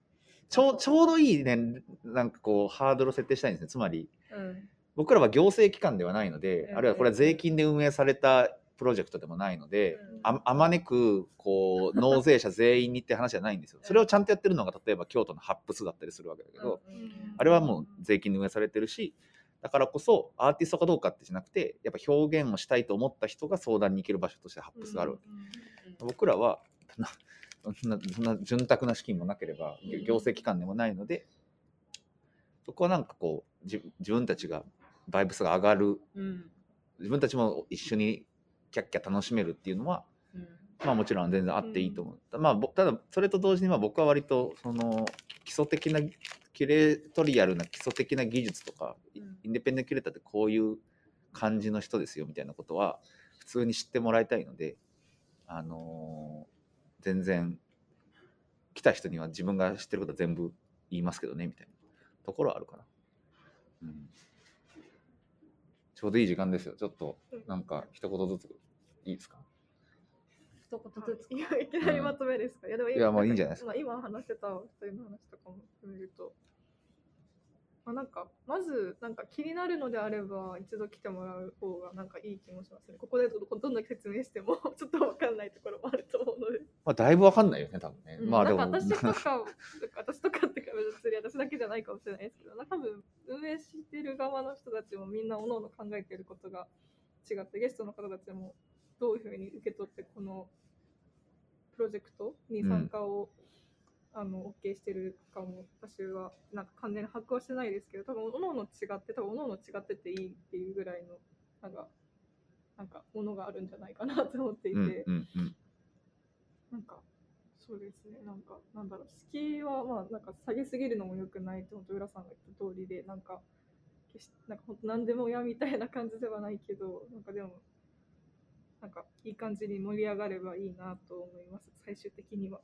ちょうちょうどいいね、なんかこうハードルを設定したいんですね。つまり、 うん、 僕らは行政機関ではないので、 うん、 あるいはこれは税金で運営されたプロジェクトでもないので、 うん、 ああまねくこう納税者全員にって話じゃないんですよ。それをちゃんとやってるのが例えば京都のハップスだったりするわけだけど、 うんうん、 あれはもう税金で運営されてるし、だからこそアーティストかどうかってじゃなくて、やっぱ表現をしたいと思った人が相談に行ける場所としてハップスがあるわけ、うん、僕らはそんなそんな潤沢な資金もなければ行政機関でもないので、そこはなんかこう 自, 自分たちがバイブスが上がる、うん、自分たちも一緒にキャッキャ楽しめるっていうのは、うん、まあもちろん全然あっていいと思う、うん、まあただそれと同時にまあ僕は割とその基礎的なキュレートリアルな基礎的な技術とか、うん、インディペンデントキュレーターってこういう感じの人ですよみたいなことは普通に知ってもらいたいので、あのー、全然来た人には自分が知ってることは全部言いますけどねみたいなところはあるかな、うん、ちょうどいい時間ですよ。ちょっとなんか一言ずついいですか？ 一言ずついやいきなりまとめですか？うん、いやでもいやまあいいんじゃないですか。 まあ、今話してたふたりの話とかも含めると、まあ、なんかまずなんか気になるのであれば一度来てもらう方がなんかいい気もしますね。ここでどんどん説明してもちょっと分かんないところもあると思うので、 まあだいぶ分かんないよね多分ね、 うん、 まあでもなんか私とか私とかってか別に私だけじゃないかもしれないですけど、多分運営してる側の人たちもみんな各々考えてることが違って、ゲストの方たちもどういうふうに受け取ってこのプロジェクトに参加を、うん、あの OK してるかも私はなんか完全に把握はしてないですけど、多分各々違って多分各々違ってていいっていうぐらいのなんかなんかものがあるんじゃないかなと思っていて、うんうんうん、なんかそうですね、なんかなんだろう、敷居はまあなんか下げすぎるのも良くないって本当浦さんが言った通りで、なんか決しなんか本当何でも嫌みたいな感じではないけど、なんかでもなんかいい感じに盛り上がればいいなと思います、最終的には。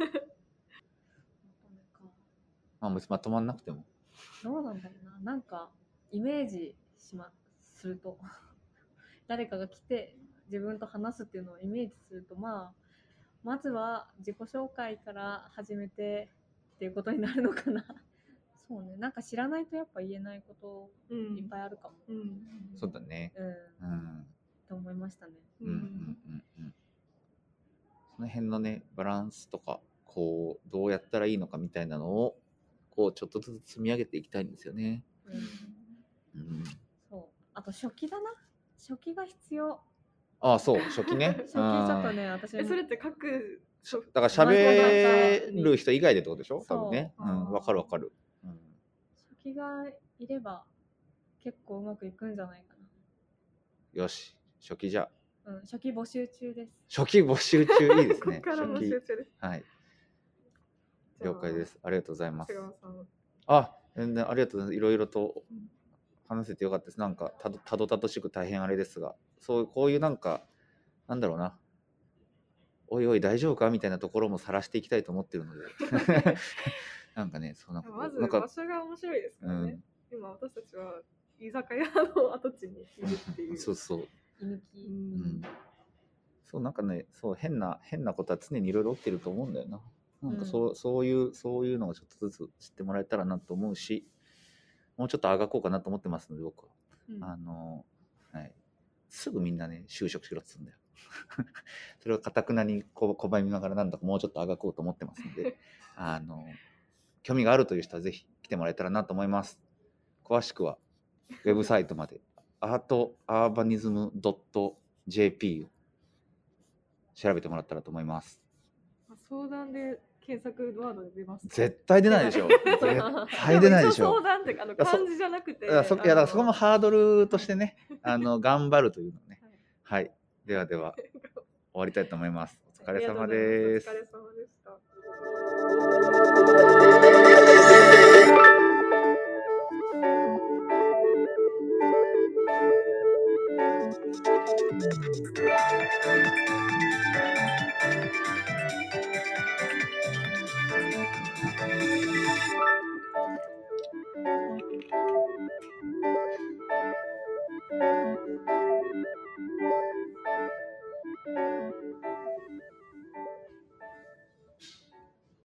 まあ別にまとまんなくてもどうなんだろうな、なんかイメージしますると誰かが来て自分と話すっていうのをイメージすると、まあまずは自己紹介から始めてっていうことになるのかな。そうね、なんか知らないとやっぱ言えないこといっぱいあるかも。 うんうん、そうだね。うん。うん、 と思いましたね。 うんうんうんうん。その辺のねバランスとかこうどうやったらいいのかみたいなのをこうちょっとずつ積み上げていきたいんですよね。うん。うん、そう。あと初期だな。初期が必要。 ああそう初期ね。初期ちょっとね私えそれって書くだから喋る人以外でってことでしょ多分ね。うんわかるわかる。うん、 初期がいれば結構うまくいくんじゃないかな。よし初期じゃ。 うん、初期募集中です。 初期募集中いいですね。 ここから募集中です。 はい。了解です。ありがとうございます。あ、全然ありがとうございます。いろいろと話せてよかったです。なんかたどたどたどしく大変あれですが、そうこういうなんかなんだろうな、おいおい大丈夫かみたいなところも晒していきたいと思ってるので、なんかね、そうなんかまず場所が面白いですからね。うん、今私たちは居酒屋の跡地にいるっていう。 そうそう。 居抜き。うん。 そうなんかね、そう変な変なことは常にいろいろ起きてると思うんだよな。なんかそう、うん、そういうそういうのをちょっとずつ知ってもらえたらなと思うし、もうちょっとあがこうかなと思ってますので僕は、うん、あの、はい、すぐみんなね就職しろっつうんだよ。それを堅くなにこ拒みながらなんだかもうちょっとあがこうと思ってますので、あの興味があるという人はぜひ来てもらえたらなと思います。詳しくはウェブサイトまでアートアーバニズム ドット ジェーピー を調べてもらったらと思います。 相談で検索ワードで出ますか？ 絶対出ないでしょ。絶対出ないでしょ。 相談ってあの漢字じゃなくて、いやそいやだからそこもハードルとしてね、あの頑張るというのね。はい。ではでは終わりたいと思います。お疲れ様です。 お疲れ様でした。